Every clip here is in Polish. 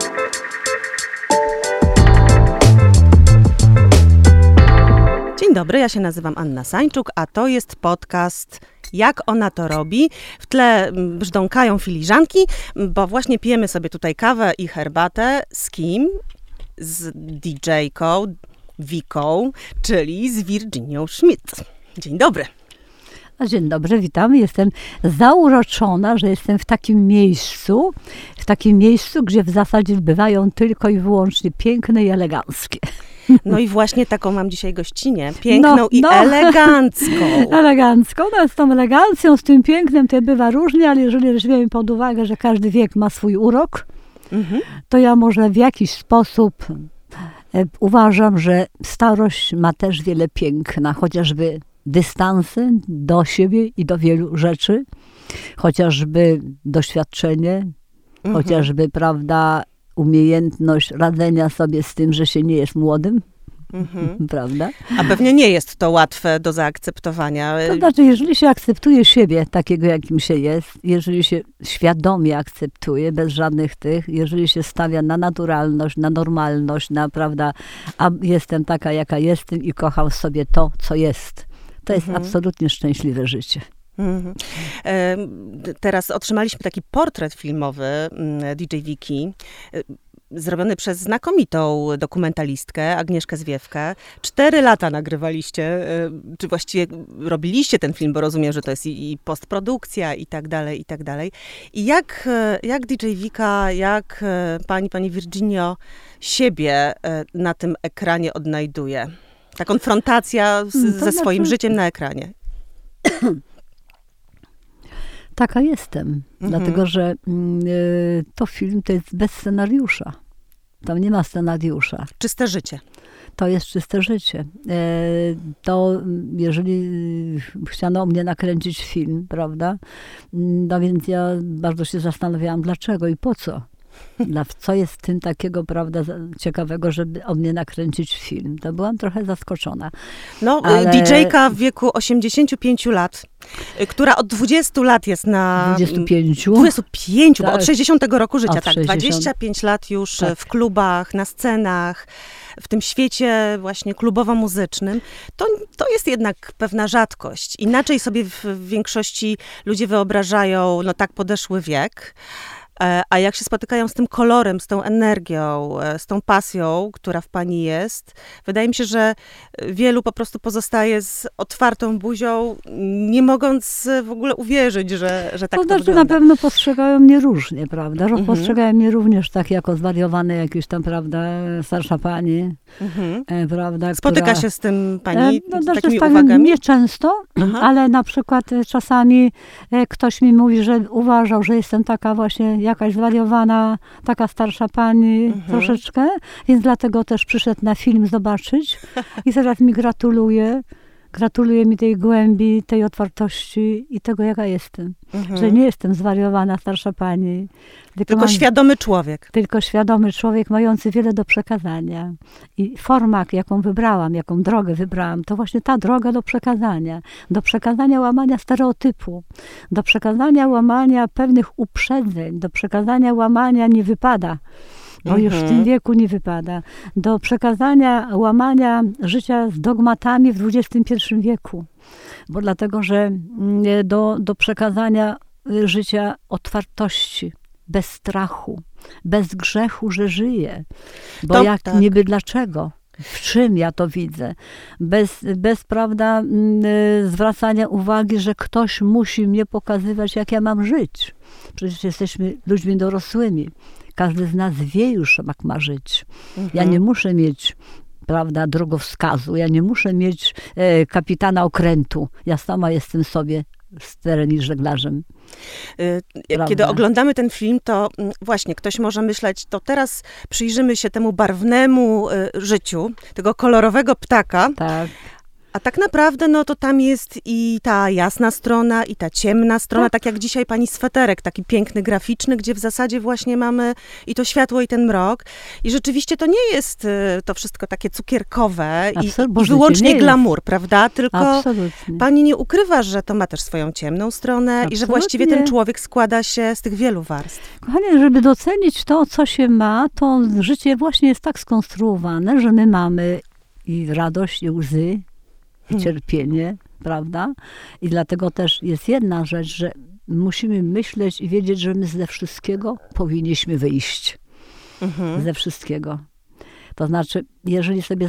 Dzień dobry, ja się nazywam Anna Sańczuk, a to jest podcast Jak ona to robi. W tle brzdąkają filiżanki, bo właśnie pijemy sobie tutaj kawę i herbatę. Z kim? Z DJ-ką, Wiką, czyli z Virginią Schmidt. Dzień dobry. Dzień dobry, witam. Jestem zauroczona, że jestem w takim miejscu, gdzie w zasadzie bywają tylko i wyłącznie piękne i eleganckie. No i właśnie taką mam dzisiaj gościnę, piękną i elegancką. Elegancką, no z tą elegancją, z tym pięknem to bywa różnie, ale jeżeli weźmiemy pod uwagę, że każdy wiek ma swój urok, to ja może w jakiś sposób uważam, że starość ma też wiele piękna, chociażby dystansy do siebie i do wielu rzeczy, chociażby doświadczenie, chociażby, prawda, umiejętność radzenia sobie z tym, że się nie jest młodym, prawda? A pewnie nie jest to łatwe do zaakceptowania. To znaczy, jeżeli się akceptuje siebie takiego, jakim się jest, jeżeli się świadomie akceptuje, bez żadnych jeżeli się stawia na naturalność, na normalność, na, prawda, a jestem taka, jaka jestem i kocham w sobie to, co jest. To jest absolutnie szczęśliwe życie. Teraz otrzymaliśmy taki portret filmowy DJ Wiki, zrobiony przez znakomitą dokumentalistkę Agnieszkę Zwiewkę. 4 lata nagrywaliście, czy właściwie robiliście ten film, bo rozumiem, że to jest i postprodukcja i tak dalej, i tak dalej. I jak DJ Wika, jak pani Virginio siebie na tym ekranie odnajduje? Ta konfrontacja ze swoim życiem na ekranie. Taka jestem, dlatego że to film to jest bez scenariusza. Tam nie ma scenariusza. Czyste życie. To jest czyste życie. To jeżeli chciano o mnie nakręcić film, prawda, no więc ja bardzo się zastanawiałam, dlaczego i po co. Co jest w tym takiego, prawda, ciekawego, żeby o mnie nakręcić film. To byłam trochę zaskoczona. No, ale DJ-ka w wieku 85 lat, która od 20 lat jest na... 25? 25, tak. Bo od 60 roku życia, od tak. 60. 25 lat już w klubach, na scenach, w tym świecie właśnie klubowo-muzycznym. To jest jednak pewna rzadkość. Inaczej sobie w większości ludzie wyobrażają, no tak podeszły wiek. A jak się spotykają z tym kolorem, z tą energią, z tą pasją, która w pani jest, wydaje mi się, że wielu po prostu pozostaje z otwartą buzią, nie mogąc w ogóle uwierzyć, że tak to znaczy, wygląda. Na pewno postrzegają mnie różnie, prawda? Postrzegają mnie również tak jako zwariowane jakieś tam, prawda, starsza pani, prawda? Spotyka się z tym pani, z znaczy, takimi uwagami? Nie często, ale na przykład czasami ktoś mi mówi, że uważał, że jestem taka właśnie jakaś zwariowana, taka starsza pani troszeczkę, więc dlatego też przyszedł na film zobaczyć i teraz mi gratuluje. Gratuluje mi tej głębi, tej otwartości i tego, jaka jestem. Że nie jestem zwariowana starsza pani. Tylko świadomy człowiek. Tylko świadomy człowiek, mający wiele do przekazania. I forma, jaką wybrałam, jaką drogę wybrałam, to właśnie ta droga do przekazania łamania stereotypu, do przekazania łamania pewnych uprzedzeń, do przekazania łamania nie wypada. Bo już w tym wieku nie wypada. Do przekazania, łamania życia z dogmatami w XXI wieku. Bo dlatego, że do przekazania życia otwartości, bez strachu, bez grzechu, że żyję. Bo niby dlaczego? W czym ja to widzę? Bez prawda, zwracania uwagi, że ktoś musi mnie pokazywać, jak ja mam żyć. Przecież jesteśmy ludźmi dorosłymi. Każdy z nas wie już, jak ma żyć. Ja nie muszę mieć, prawda, drogowskazu. Ja nie muszę mieć kapitana okrętu. Ja sama jestem sobie sterem i żeglarzem. Kiedy oglądamy ten film, to właśnie ktoś może myśleć, to teraz przyjrzymy się temu barwnemu życiu, tego kolorowego ptaka. Tak. A tak naprawdę, no to tam jest i ta jasna strona, i ta ciemna strona, tak jak dzisiaj pani sweterek, taki piękny, graficzny, gdzie w zasadzie właśnie mamy i to światło, i ten mrok. I rzeczywiście to nie jest to wszystko takie cukierkowe i wyłącznie glamour, prawda? Tylko absolutnie. Pani nie ukrywa, że to ma też swoją ciemną stronę i że właściwie ten człowiek składa się z tych wielu warstw. Kochanie, żeby docenić to, co się ma, to życie właśnie jest tak skonstruowane, że my mamy i radość, i łzy, i cierpienie, prawda? I dlatego też jest jedna rzecz, że musimy myśleć i wiedzieć, że my ze wszystkiego powinniśmy wyjść. Ze wszystkiego. To znaczy, jeżeli sobie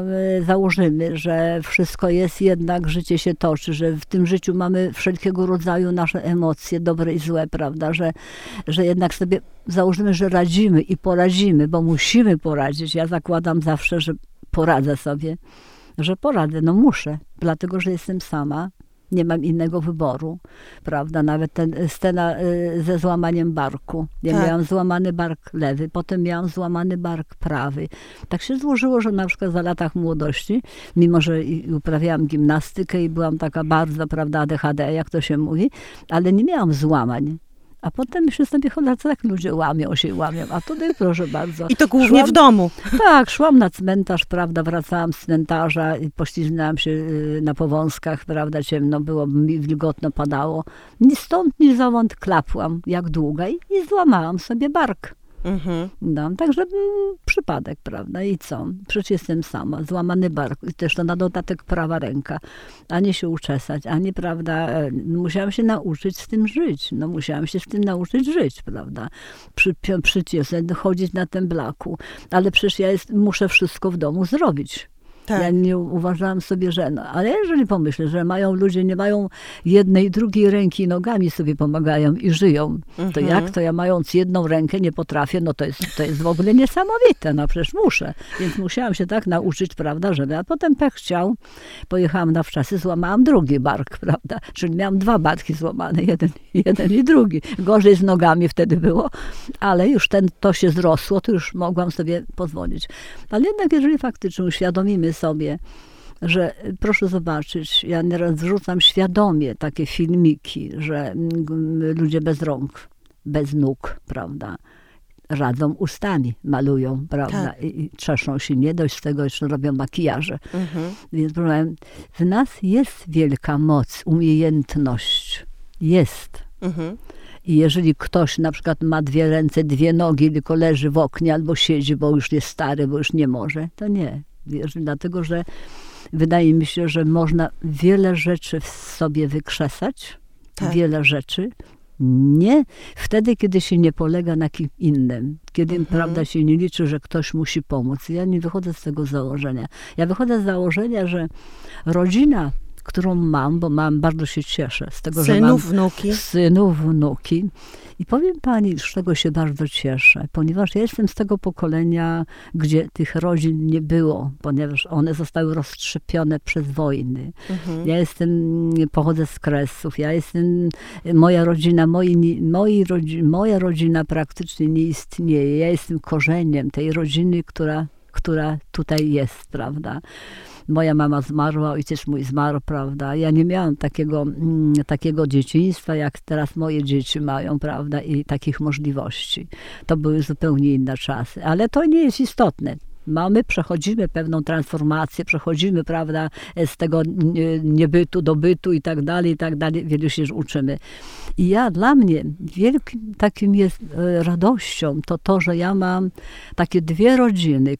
założymy, że wszystko jest jednak, życie się toczy, że w tym życiu mamy wszelkiego rodzaju nasze emocje, dobre i złe, prawda? Że jednak sobie założymy, że radzimy i poradzimy, bo musimy poradzić. Ja zakładam zawsze, że poradzę sobie, że poradzę, no muszę, dlatego, że jestem sama. Nie mam innego wyboru, prawda? Nawet scena ze złamaniem barku. Ja miałam złamany bark lewy, potem miałam złamany bark prawy. Tak się złożyło, że na przykład za latach młodości, mimo że uprawiałam gimnastykę i byłam taka bardzo, prawda, ADHD, jak to się mówi, ale nie miałam złamań. A potem myślę sobie, cholera, co tak ludzie łamią się, a tutaj proszę bardzo. I to głównie w domu. Tak, szłam na cmentarz, prawda, wracałam z cmentarza i poślizgnęłam się na powązkach, prawda, ciemno było, wilgotno padało. Ni stąd, ni zowąd klapłam jak długa i złamałam sobie bark. No, także przypadek, prawda, i co? Przecież jestem sama, złamany bark i też to na dodatek prawa ręka, ani się uczesać, ani, prawda, musiałam się nauczyć z tym żyć, no musiałam się z tym nauczyć żyć, prawda, przyciesać, chodzić na tym blaku, ale przecież ja muszę wszystko w domu zrobić. Tak. Ja nie uważałam sobie, że ale jeżeli pomyślę, że ludzie nie mają jednej, drugiej ręki i nogami sobie pomagają i żyją, to jak to ja mając jedną rękę nie potrafię, no to jest w ogóle niesamowite, no przecież muszę. Więc musiałam się tak nauczyć, prawda, a potem pech chciał, pojechałam na wczasy, złamałam drugi bark, prawda, czyli miałam 2 barki złamane, jeden i drugi. Gorzej z nogami wtedy było, ale już to się zrosło, to już mogłam sobie pozwolić. Ale jednak jeżeli faktycznie uświadomimy sobie, że proszę zobaczyć, ja nieraz wrzucam świadomie takie filmiki, że ludzie bez rąk, bez nóg, prawda, radzą ustami, malują, prawda, tak. I czeszą się, nie dość z tego, jeszcze robią makijaże. Więc powiem, w nas jest wielka moc, umiejętność, jest. I jeżeli ktoś na przykład ma 2 ręce, 2 nogi, tylko leży w oknie albo siedzi, bo już jest stary, bo już nie może, to nie. Dlatego, że wydaje mi się, że można wiele rzeczy w sobie wykrzesać, wiele rzeczy, nie wtedy, kiedy się nie polega na kim innym, kiedy prawda się nie liczy, że ktoś musi pomóc. Ja nie wychodzę z tego założenia. Ja wychodzę z założenia, że rodzina, którą mam, bo bardzo się cieszę z tego, że mam synów, wnuki. I powiem pani, z czego się bardzo cieszę, ponieważ ja jestem z tego pokolenia, gdzie tych rodzin nie było, ponieważ one zostały rozszczepione przez wojny. Ja pochodzę z Kresów, moja rodzina, moja rodzina praktycznie nie istnieje. Ja jestem korzeniem tej rodziny, która tutaj jest, prawda. Moja mama zmarła, ojciec mój zmarł, prawda. Ja nie miałam takiego dzieciństwa, jak teraz moje dzieci mają, prawda, i takich możliwości. To były zupełnie inne czasy, ale to nie jest istotne. Przechodzimy pewną transformację, prawda, z tego niebytu do bytu i tak dalej, wiele się uczymy. I dla mnie wielkim takim jest radością to, że ja mam takie 2 rodziny,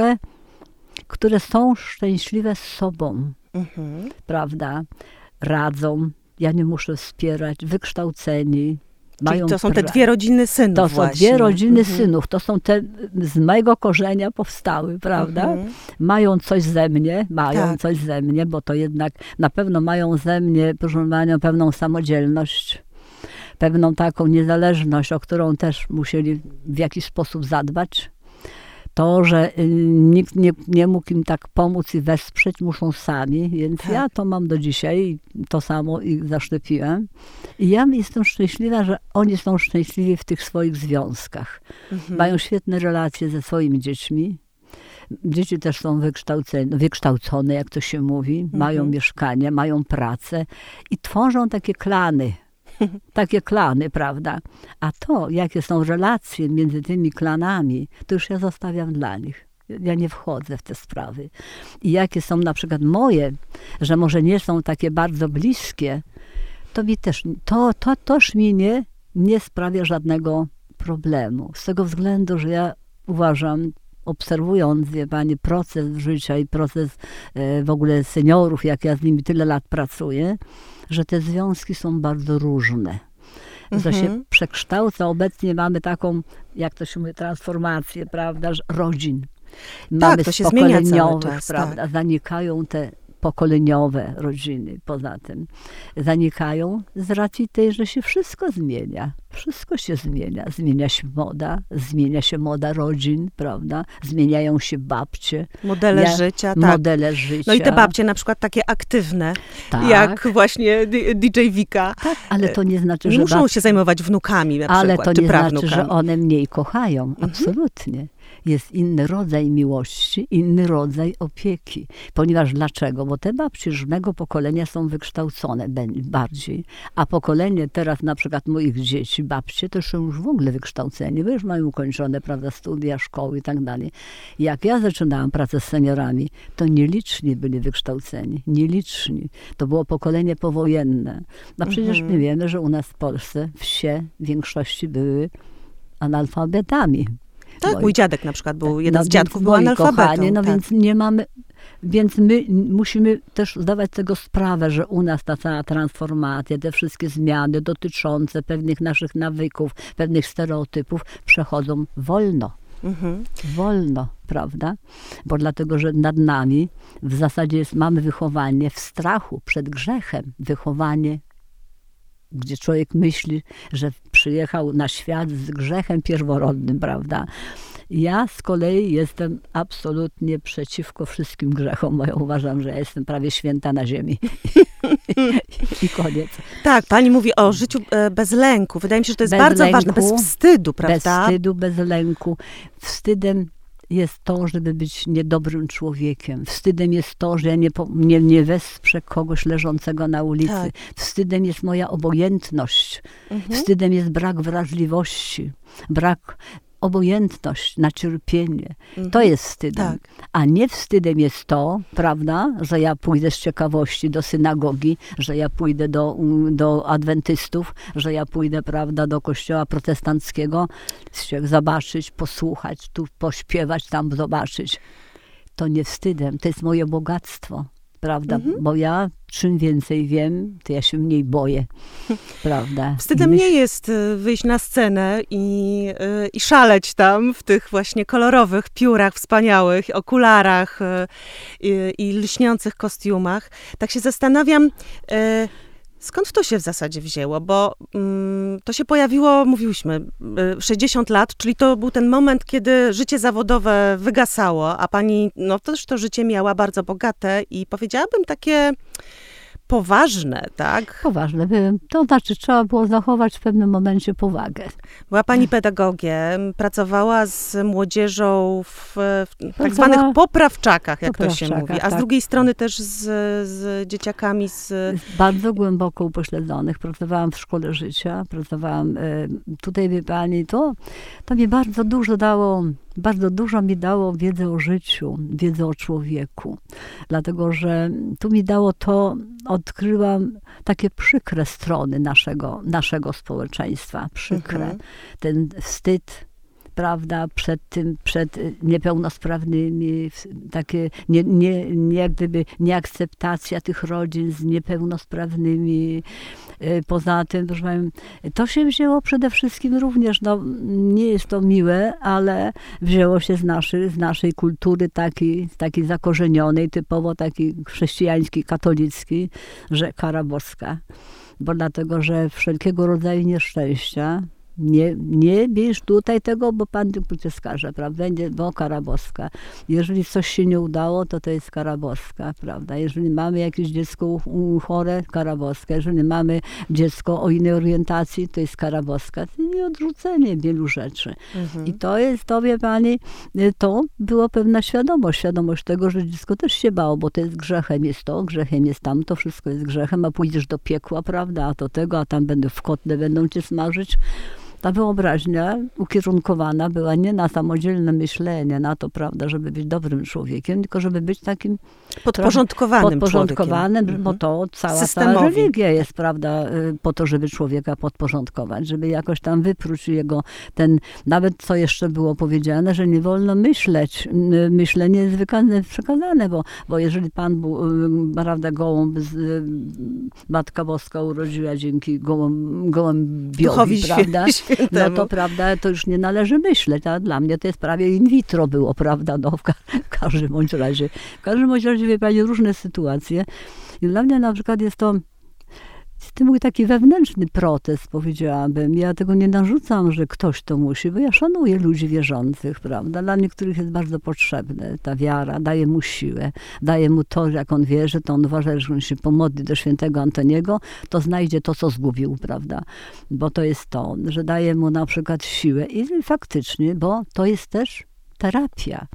które są szczęśliwe z sobą, prawda, radzą, ja nie muszę wspierać, wykształceni. Czyli to są te 2 rodziny synów To są 2 rodziny synów, to są te z mojego korzenia powstały, prawda? Mają coś ze mnie, bo to jednak na pewno mają ze mnie, proszę panią, pewną samodzielność, pewną taką niezależność, o którą też musieli w jakiś sposób zadbać. To, że nikt nie mógł im tak pomóc i wesprzeć, muszą sami, więc ja to mam do dzisiaj, to samo ich zaszczepiłem. I ja jestem szczęśliwa, że oni są szczęśliwi w tych swoich związkach. Mają świetne relacje ze swoimi dziećmi. Dzieci też są wykształcone, jak to się mówi, mają mieszkanie, mają pracę i tworzą takie klany. Takie klany, prawda? A to, jakie są relacje między tymi klanami, to już ja zostawiam dla nich. Ja nie wchodzę w te sprawy. I jakie są na przykład moje, że może nie są takie bardzo bliskie, to mi też, toż mi nie sprawia żadnego problemu. Z tego względu, że ja uważam, obserwując, wie pani, proces życia i proces w ogóle seniorów, jak ja z nimi tyle lat pracuję, że te związki są bardzo różne. Że się przekształca. Obecnie mamy taką, jak to się mówi, transformację, prawda, rodzin. Mamy to się zmienia cały czas, prawda, tak. zanikają te pokoleniowe rodziny. Poza tym zanikają z racji tej, że się wszystko zmienia. Wszystko się zmienia. Zmienia się moda rodzin, prawda? Zmieniają się babcie. Modele życia, tak. Modele życia. No i te babcie na przykład takie aktywne, tak. jak właśnie DJ Wika. Tak, ale to nie znaczy, że muszą się zajmować wnukami na ale przykład, to czy nie znaczy, że prawnukami. one mniej kochają. Absolutnie. Jest inny rodzaj miłości, inny rodzaj opieki. Ponieważ dlaczego? Bo te babci różnego pokolenia są wykształcone bardziej. A pokolenie teraz na przykład moich dzieci, babcie, to są już w ogóle wykształceni, bo już mają ukończone, prawda, studia, szkoły i tak dalej. Jak ja zaczynałam pracę z seniorami, to nieliczni byli wykształceni. Nieliczni. To było pokolenie powojenne. No przecież my wiemy, że u nas w Polsce wsie w większości były analfabetami. Tak, mój dziadek na przykład był, jeden z dziadków był analfabetą. Kochani, tak. Więc nie mamy, więc my musimy też zdawać z tego sprawę, że u nas ta cała transformacja, te wszystkie zmiany dotyczące pewnych naszych nawyków, pewnych stereotypów przechodzą wolno. Wolno, prawda? Bo dlatego, że nad nami w zasadzie mamy wychowanie w strachu przed grzechem. Wychowanie, gdzie człowiek myśli, że przyjechał na świat z grzechem pierworodnym, prawda? Ja z kolei jestem absolutnie przeciwko wszystkim grzechom, bo ja uważam, że ja jestem prawie święta na ziemi. I koniec. Tak, pani mówi o życiu bez lęku. Wydaje mi się, że to jest Bez bardzo lęku, ważne, bez wstydu, prawda? Bez wstydu, bez lęku. Wstydem jest to, żeby być niedobrym człowiekiem. Wstydem jest to, że ja nie wesprę kogoś leżącego na ulicy. Tak. Wstydem jest moja obojętność. Wstydem jest brak wrażliwości, obojętność na cierpienie. To jest wstydem. Tak. A nie wstydem jest to, prawda, że ja pójdę z ciekawości do synagogi, że ja pójdę do adwentystów, że ja pójdę, prawda, do kościoła protestanckiego, zobaczyć, posłuchać, tu pośpiewać, tam zobaczyć. To nie wstydem, to jest moje bogactwo. Prawda? Bo ja czym więcej wiem, to ja się mniej boję. Prawda? Wstydem nie jest wyjść na scenę i szaleć tam w tych właśnie kolorowych piórach wspaniałych, okularach i lśniących kostiumach. Tak się zastanawiam, skąd to się w zasadzie wzięło, bo to się pojawiło, mówiłyśmy, 60 lat, czyli to był ten moment, kiedy życie zawodowe wygasało, a pani też to życie miała bardzo bogate i powiedziałabym takie poważne, tak? Poważne byłem. To znaczy trzeba było zachować w pewnym momencie powagę. Była pani pedagogiem, pracowała z młodzieżą w tak zwanych poprawczakach, jak to się mówi, a z drugiej strony też z dzieciakami bardzo głęboko upośledzonych. Pracowałam w szkole życia, tutaj, wie pani, to mi bardzo dużo mi dało wiedzy o życiu, wiedzy o człowieku. Dlatego, że tu mi dało to, odkryłam takie przykre strony naszego społeczeństwa. Przykre. Ten wstyd, prawda, przed niepełnosprawnymi, takie jak gdyby nieakceptacja tych rodzin z niepełnosprawnymi. Poza tym, proszę powiem, to się wzięło przede wszystkim również, nie jest to miłe, ale wzięło się z naszej kultury takiej zakorzenionej, typowo takiej chrześcijańskiej, katolickiej, że kara boska. Bo dlatego, że wszelkiego rodzaju nieszczęścia Nie bierz tutaj tego, bo Pan cię skaże, prawda? Bo kara boska. Jeżeli coś się nie udało, to jest kara boska, prawda? Jeżeli mamy jakieś dziecko chore, kara boska. Jeżeli mamy dziecko o innej orientacji, to jest kara boska. To jest odrzucenie wielu rzeczy. I to, wie Pani, to była pewna świadomość tego, że dziecko też się bało, bo to jest grzechem, jest to, grzechem jest tamto, wszystko jest grzechem, a pójdziesz do piekła, prawda? A to tego, a tam w kotle będą cię smażyć. Ta wyobraźnia ukierunkowana była nie na samodzielne myślenie, na to, prawda, żeby być dobrym człowiekiem, tylko żeby być takim podporządkowanym bo to cała religia jest, prawda, po to, żeby człowieka podporządkować, żeby jakoś tam wypróć jego nawet co jeszcze było powiedziane, że nie wolno myśleć. Myślenie jest przekazane, bo jeżeli Pan był, prawda, gołąb, Matka Boska urodziła dzięki gołębiowi, prawda? No to, prawda, to już nie należy myśleć, a dla mnie to jest prawie in vitro było, prawda, no w każdym bądź razie. W każdym bądź razie, wie Pani, różne sytuacje. I dla mnie na przykład jest to mój taki wewnętrzny protest, powiedziałabym. Ja tego nie narzucam, że ktoś to musi, bo ja szanuję ludzi wierzących, prawda. Dla niektórych jest bardzo potrzebna ta wiara, daje mu siłę, daje mu to, że jak on wierzy, to on uważa, że on się pomodli do świętego Antoniego, to znajdzie to, co zgubił, prawda. Bo to jest to, że daje mu na przykład siłę i faktycznie, bo to jest też terapia.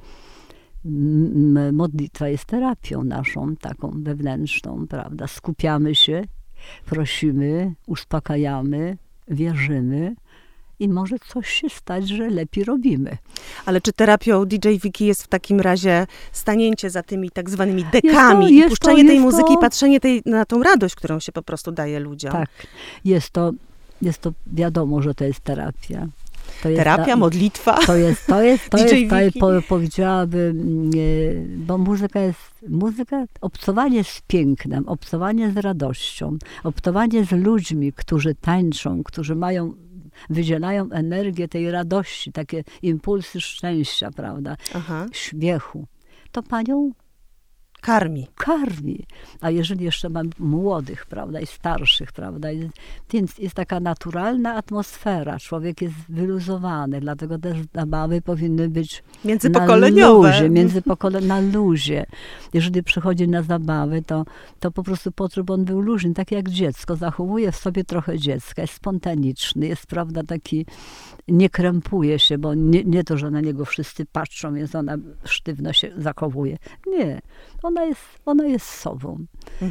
Modlitwa jest terapią naszą, taką wewnętrzną, prawda. Skupiamy się, prosimy, uspokajamy, wierzymy i może coś się stać, że lepiej robimy. Ale czy terapią DJ Wiki jest w takim razie stanięcie za tymi tak zwanymi dekami i puszczenie tej muzyki, patrzenie na tą radość, którą się po prostu daje ludziom? Tak, jest to wiadomo, że to jest terapia. Terapia, modlitwa. To jest powiedziałabym, bo muzyka, obcowanie z pięknem, obcowanie z radością, obcowanie z ludźmi, którzy tańczą, którzy wydzielają energię tej radości, takie impulsy szczęścia, prawda, śmiechu. To Panią karmi. A jeżeli jeszcze mam młodych, prawda, i starszych, prawda, więc jest taka naturalna atmosfera. Człowiek jest wyluzowany, dlatego też zabawy powinny być międzypokoleniowe. Na luzie. Jeżeli przychodzi na zabawy, to po prostu po to, żeby on był luźny, tak jak dziecko. Zachowuje w sobie trochę dziecka, jest spontaniczny, jest, prawda, taki, nie krępuje się, bo nie to, że na niego wszyscy patrzą, więc ona sztywno się zachowuje. Nie. Ona jest sobą.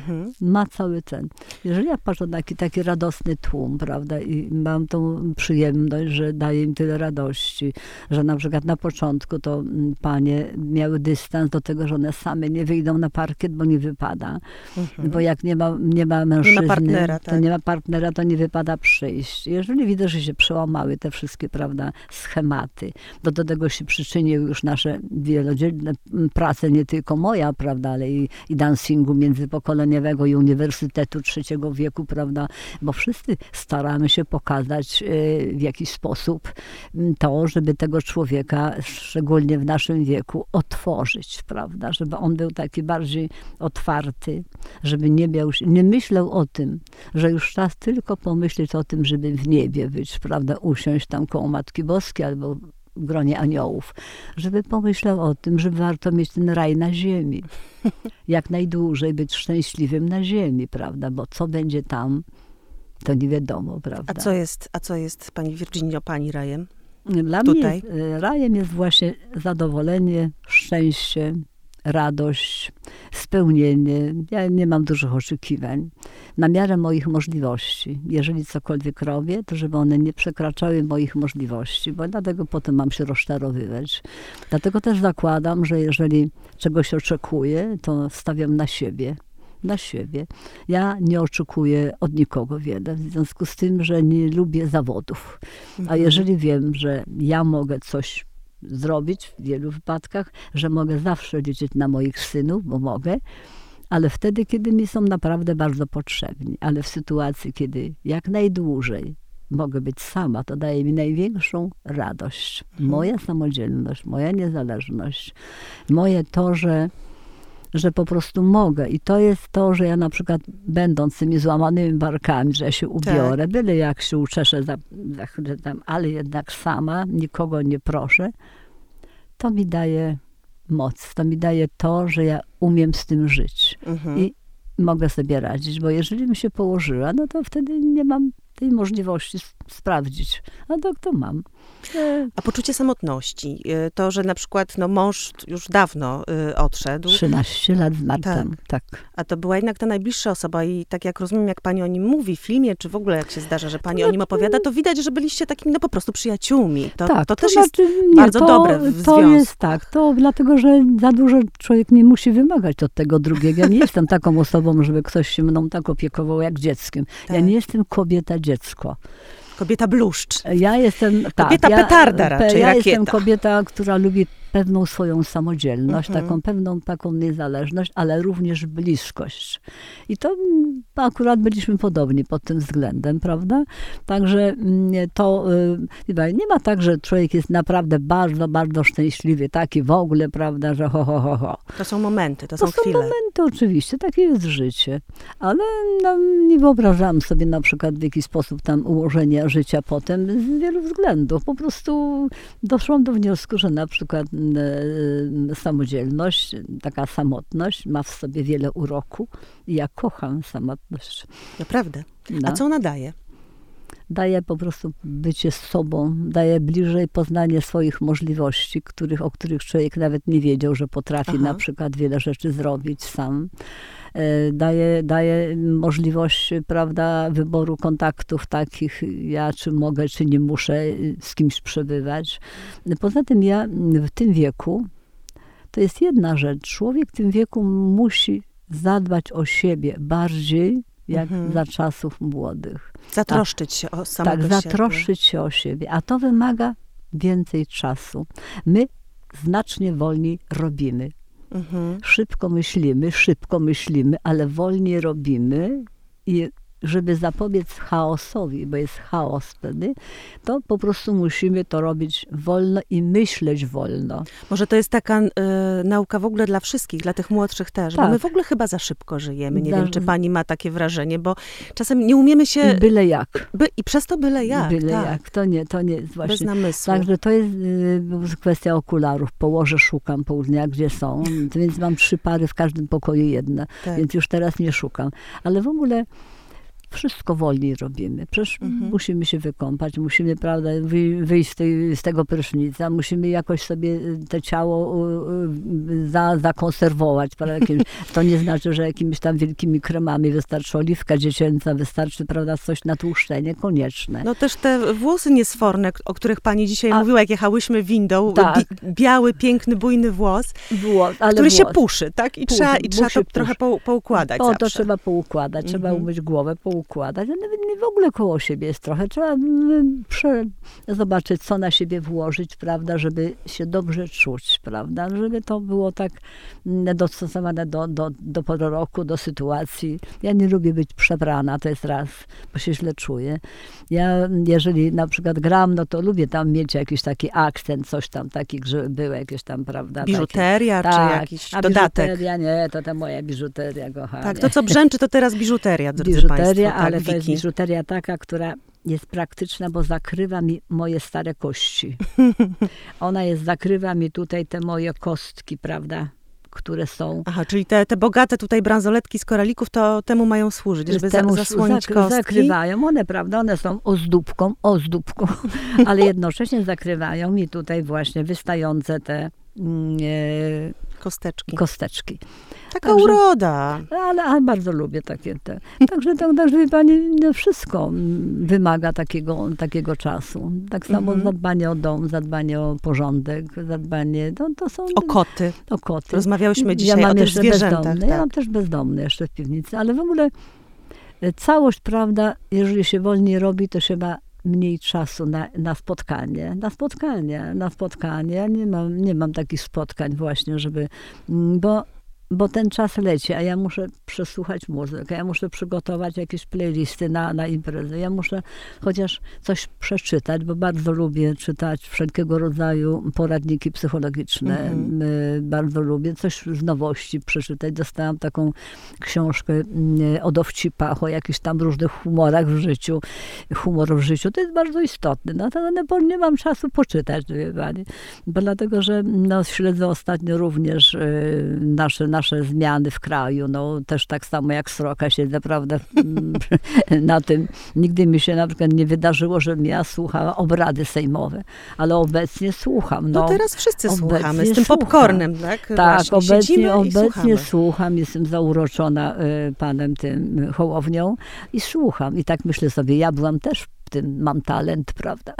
Ma cały ten. Jeżeli ja patrzę na taki radosny tłum, prawda, i mam tą przyjemność, że daje im tyle radości, że na przykład na początku to panie miały dystans do tego, że one same nie wyjdą na parkiet, bo nie wypada. Bo jak nie ma mężczyzny, nie ma partnera, to nie wypada przyjść. Jeżeli widzę, że się przełamały te wszystkie, prawda, schematy, do tego się przyczyniły już nasze wielodzielne prace, nie tylko moja, prawda, ale i dancingu międzypokoleniowego i Uniwersytetu III wieku, prawda, bo wszyscy staramy się pokazać w jakiś sposób to, żeby tego człowieka, szczególnie w naszym wieku, otworzyć, prawda, żeby on był taki bardziej otwarty, żeby nie myślał o tym, że już czas tylko pomyśleć o tym, żeby w niebie być, prawda, usiąść tam koło Matki Boskiej albo w gronie aniołów, żeby pomyślał o tym, że warto mieć ten raj na ziemi. Jak najdłużej być szczęśliwym na ziemi, prawda? Bo co będzie tam, to nie wiadomo, prawda? A co jest Pani Virginio, Pani rajem? Dla mnie rajem jest właśnie zadowolenie, szczęście, radość, spełnienie. Ja nie mam dużych oczekiwań. Na miarę moich możliwości. Jeżeli cokolwiek robię, to żeby one nie przekraczały moich możliwości, bo dlatego potem mam się rozczarowywać. Dlatego też zakładam, że jeżeli czegoś oczekuję, to stawiam na siebie. Ja nie oczekuję od nikogo wiele, w związku z tym, że nie lubię zawodów. A jeżeli wiem, że ja mogę coś zrobić w wielu wypadkach, że mogę zawsze liczyć na moich synów, bo mogę, ale wtedy, kiedy mi są naprawdę bardzo potrzebni. Ale w sytuacji, kiedy jak najdłużej mogę być sama, to daje mi największą radość. Moja samodzielność, moja niezależność, moje to, że po prostu mogę. I to jest to, że ja na przykład będąc tymi złamanymi barkami, że ja się ubiorę, byle jak się uczeszę za chwilę tam, ale jednak sama, nikogo nie proszę, to mi daje moc. To mi daje to, że ja umiem z tym żyć. I mogę sobie radzić, bo jeżeli bym się położyła, no to wtedy nie mam tej możliwości sprawdzić. A tak to mam. A poczucie samotności, to, że na przykład mąż już dawno odszedł. 13 lat zmarł tam, tak. A to była jednak ta najbliższa osoba i tak jak rozumiem, jak pani o nim mówi w filmie, czy w ogóle jak się zdarza, że pani o nim opowiada, to widać, że byliście takimi po prostu przyjaciółmi. To też jest bardzo dobre w związku. To jest tak, to dlatego, że za dużo człowiek nie musi wymagać od tego drugiego. Ja nie jestem taką osobą, żeby ktoś się mną tak opiekował jak dzieckiem. Ja nie jestem kobieta-dziecko. Kobieta bluszcz. Ja jestem... Kobieta petarda raczej, ja rakieta. jestem kobieta, która lubi pewną swoją samodzielność, taką niezależność, ale również bliskość. I to akurat byliśmy podobni pod tym względem, prawda? Także to nie ma tak, że człowiek jest naprawdę bardzo, bardzo szczęśliwy, taki w ogóle, prawda, że ho. To są momenty, to są chwile. To są momenty, oczywiście, takie jest życie. Ale nie wyobrażam sobie na przykład w jakiś sposób tam ułożenia życia potem z wielu względów. Po prostu doszłam do wniosku, że na przykład samodzielność, taka samotność ma w sobie wiele uroku i ja kocham samotność. Naprawdę? A co ona daje? Daje po prostu bycie z sobą, daje bliżej poznanie swoich możliwości, o których człowiek nawet nie wiedział, że potrafi na przykład wiele rzeczy zrobić sam. Daje możliwość, prawda, wyboru kontaktów takich, ja czy mogę, czy nie muszę z kimś przebywać. Poza tym ja w tym wieku, to jest jedna rzecz, człowiek w tym wieku musi zadbać o siebie bardziej jak za czasów młodych. Zatroszczyć się o samego siebie. Zatroszczyć się o siebie, a to wymaga więcej czasu. My znacznie wolniej robimy. Szybko myślimy, ale wolniej robimy i żeby zapobiec chaosowi, bo jest chaos wtedy, to po prostu musimy to robić wolno i myśleć wolno. Może to jest taka nauka w ogóle dla wszystkich, dla tych młodszych też, bo my w ogóle chyba za szybko żyjemy. Nie wiem, czy pani ma takie wrażenie, bo czasem nie umiemy się... Byle jak. I przez to byle jak. Byle jak. To nie jest właśnie... Bez namysłu. Także to jest kwestia okularów. Położę, szukam południa, gdzie są. Więc mam 3 pary, w każdym pokoju jedne. Więc już teraz nie szukam. Ale w ogóle wszystko wolniej robimy. Przecież musimy się wykąpać, musimy, prawda, wyjść z tego prysznica, musimy jakoś sobie to ciało zakonserwować. To nie znaczy, że jakimiś tam wielkimi kremami wystarczy oliwka dziecięca, wystarczy, prawda, coś na tłuszczenie, konieczne. No też te włosy niesforne, o których pani dzisiaj mówiła, jak jechałyśmy windą, biały, piękny, bujny włos, który się puszy, tak? I trzeba to trochę poukładać zawsze. To trzeba poukładać, trzeba umyć głowę, poukładać, a nawet nie w ogóle koło siebie jest trochę. Trzeba zobaczyć, co na siebie włożyć, prawda, żeby się dobrze czuć, prawda, żeby to było tak dostosowane do pory roku, do sytuacji. Ja nie lubię być przebrana, to jest raz, bo się źle czuję. Ja, jeżeli na przykład gram, no to lubię tam mieć jakiś taki akcent, coś tam takich, żeby były jakieś tam, prawda. Biżuteria, czy jakiś dodatek? Biżuteria, nie, to ta moja biżuteria, kochanie. Tak, to co brzęczy, to teraz biżuteria, drodzy państwo. Ale to jest biżuteria taka, która jest praktyczna, bo zakrywa mi moje stare kości. Ona zakrywa mi tutaj te moje kostki, prawda, które są... Aha, czyli te bogate tutaj bransoletki z koralików, to temu mają służyć, żeby zasłonić kostki? Zakrywają one, prawda, one są ozdóbką, ale jednocześnie zakrywają mi tutaj właśnie wystające te kosteczki. Taka uroda. Ale bardzo lubię takie te. Także pani, wszystko wymaga takiego czasu. Tak samo zadbanie o dom, zadbanie o porządek, zadbanie, to są... O koty. Rozmawiałyśmy dzisiaj o tych zwierzętach. Ja mam też bezdomny jeszcze w piwnicy, ale w ogóle całość, prawda, jeżeli się wolniej robi, to się ma mniej czasu na spotkanie. Ja nie mam takich spotkań właśnie, bo bo ten czas leci, a ja muszę przesłuchać muzykę, ja muszę przygotować jakieś playlisty na imprezę, ja muszę chociaż coś przeczytać, bo bardzo lubię czytać wszelkiego rodzaju poradniki psychologiczne. Bardzo lubię coś z nowości przeczytać. Dostałam taką książkę o dowcipach, o jakichś tam różnych humorach w życiu. Humor w życiu to jest bardzo istotne. No to nie mam czasu poczytać, wie pani. Bo dlatego, że śledzę ostatnio również nasze zmiany w kraju. No też tak samo jak sroka siedzę, prawda, na tym. Nigdy mi się na przykład nie wydarzyło, żebym ja słuchała obrady sejmowe. Ale obecnie słucham. No teraz wszyscy słuchamy, z tym popcornem, tak? Tak, obecnie słucham. Jestem zauroczona panem tym Hołownią i słucham. I tak myślę sobie, ja byłam też tym, mam talent, prawda?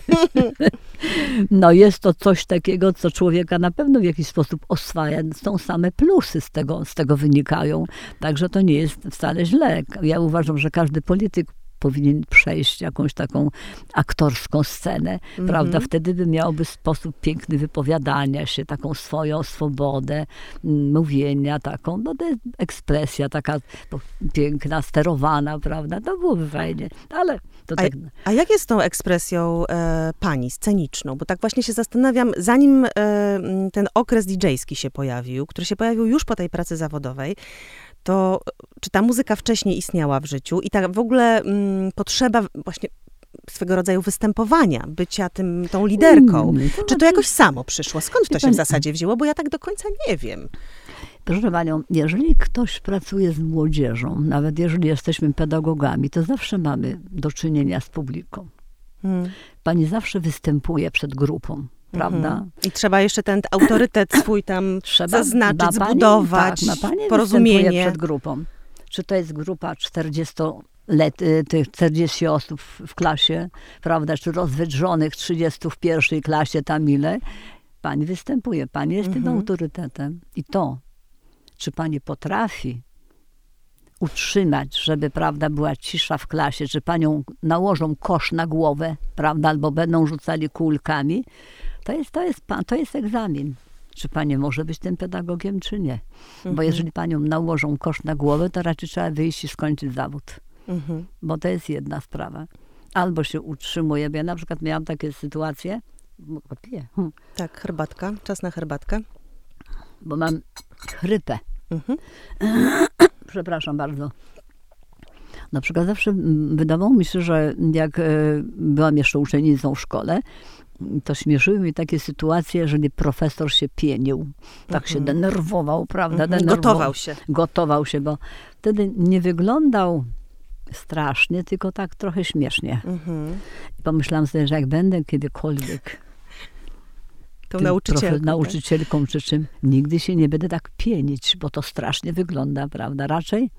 No jest to coś takiego, co człowieka na pewno w jakiś sposób oswaja. Są same plusy z tego wynikają. Także to nie jest wcale źle. Ja uważam, że każdy polityk powinien przejść jakąś taką aktorską scenę, prawda? Wtedy by miałby sposób piękny wypowiadania się, taką swoją swobodę mówienia, taką, no to jest ekspresja taka piękna, sterowana, prawda? To byłoby fajnie, ale to tak... A jak jest z tą ekspresją pani sceniczną? Bo tak właśnie się zastanawiam, zanim ten okres DJ-ski się pojawił, który się pojawił już po tej pracy zawodowej, to czy ta muzyka wcześniej istniała w życiu i tak w ogóle potrzeba właśnie swego rodzaju występowania, bycia tą liderką, czy to jakoś samo przyszło? Skąd to się w zasadzie wzięło? Bo ja tak do końca nie wiem. Proszę panią, jeżeli ktoś pracuje z młodzieżą, nawet jeżeli jesteśmy pedagogami, to zawsze mamy do czynienia z publiką. Pani zawsze występuje przed grupą. Prawda? I trzeba jeszcze ten autorytet swój tam zaznaczyć, zbudować, porozumienie. Przed grupą. Czy to jest grupa 40 osób w klasie, prawda, czy rozwydrzonych 30 w pierwszej klasie, tam ile. Pani występuje, pani jest tym autorytetem. I to, czy pani potrafi utrzymać, żeby, prawda, była cisza w klasie, czy panią nałożą kosz na głowę, prawda, albo będą rzucali kulkami, to jest egzamin. Czy pani może być tym pedagogiem, czy nie. Bo jeżeli panią nałożą kosz na głowę, to raczej trzeba wyjść i skończyć zawód. Bo to jest jedna sprawa. Albo się utrzymuje, bo ja na przykład miałam takie sytuacje, Tak, herbatka, czas na herbatkę. Bo mam chrypę. Przepraszam bardzo. Na przykład zawsze wydawało mi się, że jak byłam jeszcze uczennicą w szkole, to śmieszyły mi takie sytuacje, jeżeli profesor się pienił. Tak się denerwował, prawda? Gotował się, bo wtedy nie wyglądał strasznie, tylko tak trochę śmiesznie. I pomyślałam sobie, że jak będę kiedykolwiek nauczycielką czy czym, nigdy się nie będę tak pienić, bo to strasznie wygląda, prawda? Raczej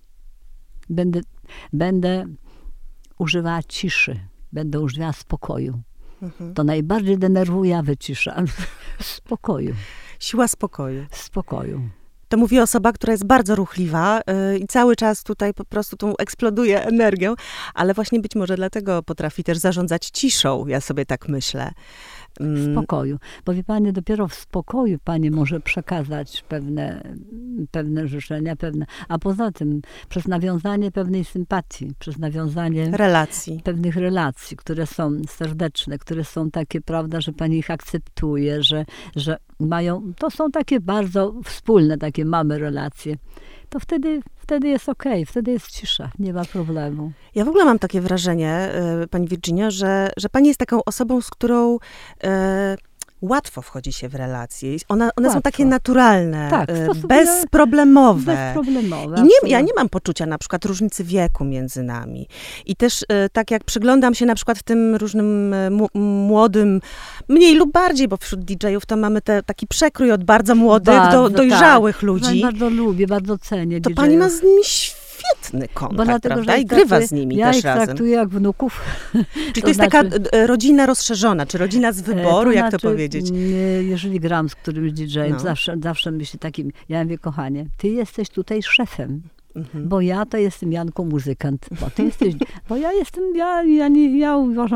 będę używała ciszy, będę używała spokoju. To najbardziej denerwuje, a wyciszam. Spokoju. Siła spokoju. Spokoju. To mówi osoba, która jest bardzo ruchliwa i cały czas tutaj po prostu tą eksploduje energią, ale właśnie być może dlatego potrafi też zarządzać ciszą, ja sobie tak myślę. Spokoju. Bo wie pani, dopiero w spokoju pani może przekazać pewne życzenia, a poza tym przez nawiązanie pewnej sympatii, przez nawiązanie pewnych relacji, które są serdeczne, które są takie, prawda, że pani ich akceptuje, że mają, to są takie bardzo wspólne, takie mamy relacje. To wtedy jest okej, wtedy jest cisza, nie ma problemu. Ja w ogóle mam takie wrażenie, pani Virginio, że pani jest taką osobą, z którą łatwo wchodzi się w relacje. One są takie naturalne, tak, bezproblemowe. I ja nie mam poczucia na przykład różnicy wieku między nami. I też tak jak przyglądam się na przykład tym różnym młodym, mniej lub bardziej, bo wśród DJ-ów to mamy taki przekrój od bardzo młodych do dojrzałych ludzi. Ja bardzo lubię, bardzo cenię to DJ-ów. Pani ma z nimi świetny kontakt, prawda? I grywa z nimi też razem. Ja ich traktuję jak wnuków. Czyli to jest taka rodzina rozszerzona, czy rodzina z wyboru, jak to powiedzieć? Jeżeli gram z którymś DJ-em, zawsze myślę takim, ja mówię, kochanie, ty jesteś tutaj szefem. Bo ja to jestem Janko muzykant, bo ty jesteś, bo ja jestem, ja uważam, że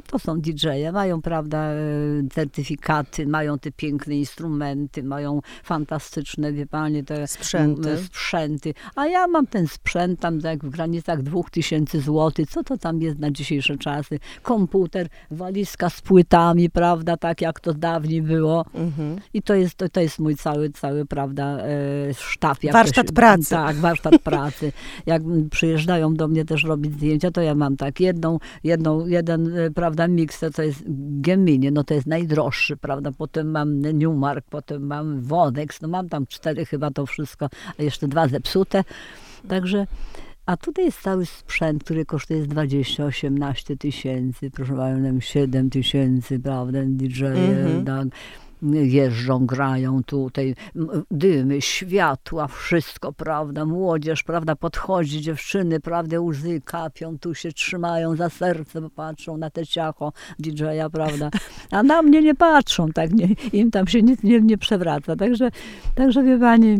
To są DJ-e, mają, prawda, certyfikaty, mają te piękne instrumenty, mają fantastyczne, wie pani, te sprzęty. A ja mam ten sprzęt tam jak w granicach 2000 zł. Co to tam jest na dzisiejsze czasy? Komputer, walizka z płytami, prawda, tak jak to dawniej było. I to jest mój cały, prawda, sztab. Warsztat pracy. Tak, warsztat pracy. Jak przyjeżdżają do mnie też robić zdjęcia, to ja mam tak jeden, prawda, mikser, to jest Gemini, no to jest najdroższy, prawda, potem mam Newmark, potem mam Wonex, no mam tam 4 chyba to wszystko, a jeszcze 2 zepsute, także, a tutaj jest cały sprzęt, który kosztuje 20-18 tysięcy, proszę panią, 7 tysięcy, prawda, DJ-e, tak, jeżdżą, grają tutaj, dymy, światła, wszystko, prawda, młodzież, prawda, podchodzi, dziewczyny, prawda, łzy kapią, tu się trzymają za serce, bo patrzą na te ciacho DJ-a, prawda, a na mnie nie patrzą, tak, im tam się nic nie przewraca, także wie pani,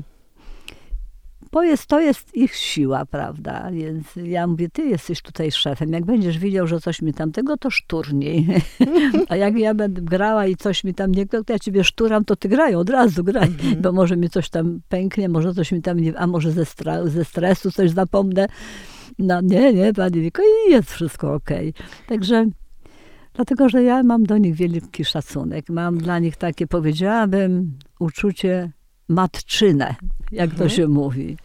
to jest ich siła, prawda, więc ja mówię, ty jesteś tutaj szefem, jak będziesz widział, że coś mi tamtego, to szturniej. A jak ja będę grała i coś mi tam nie, to ja ciebie szturam, to ty graj, od razu graj, bo może mi coś tam pęknie, może coś mi tam nie, a może ze stresu coś zapomnę. No nie, pani Wiko, i jest wszystko okej. Także dlatego, że ja mam do nich wielki szacunek, mam dla nich takie, powiedziałabym, uczucie matczyne, jak to się mówi.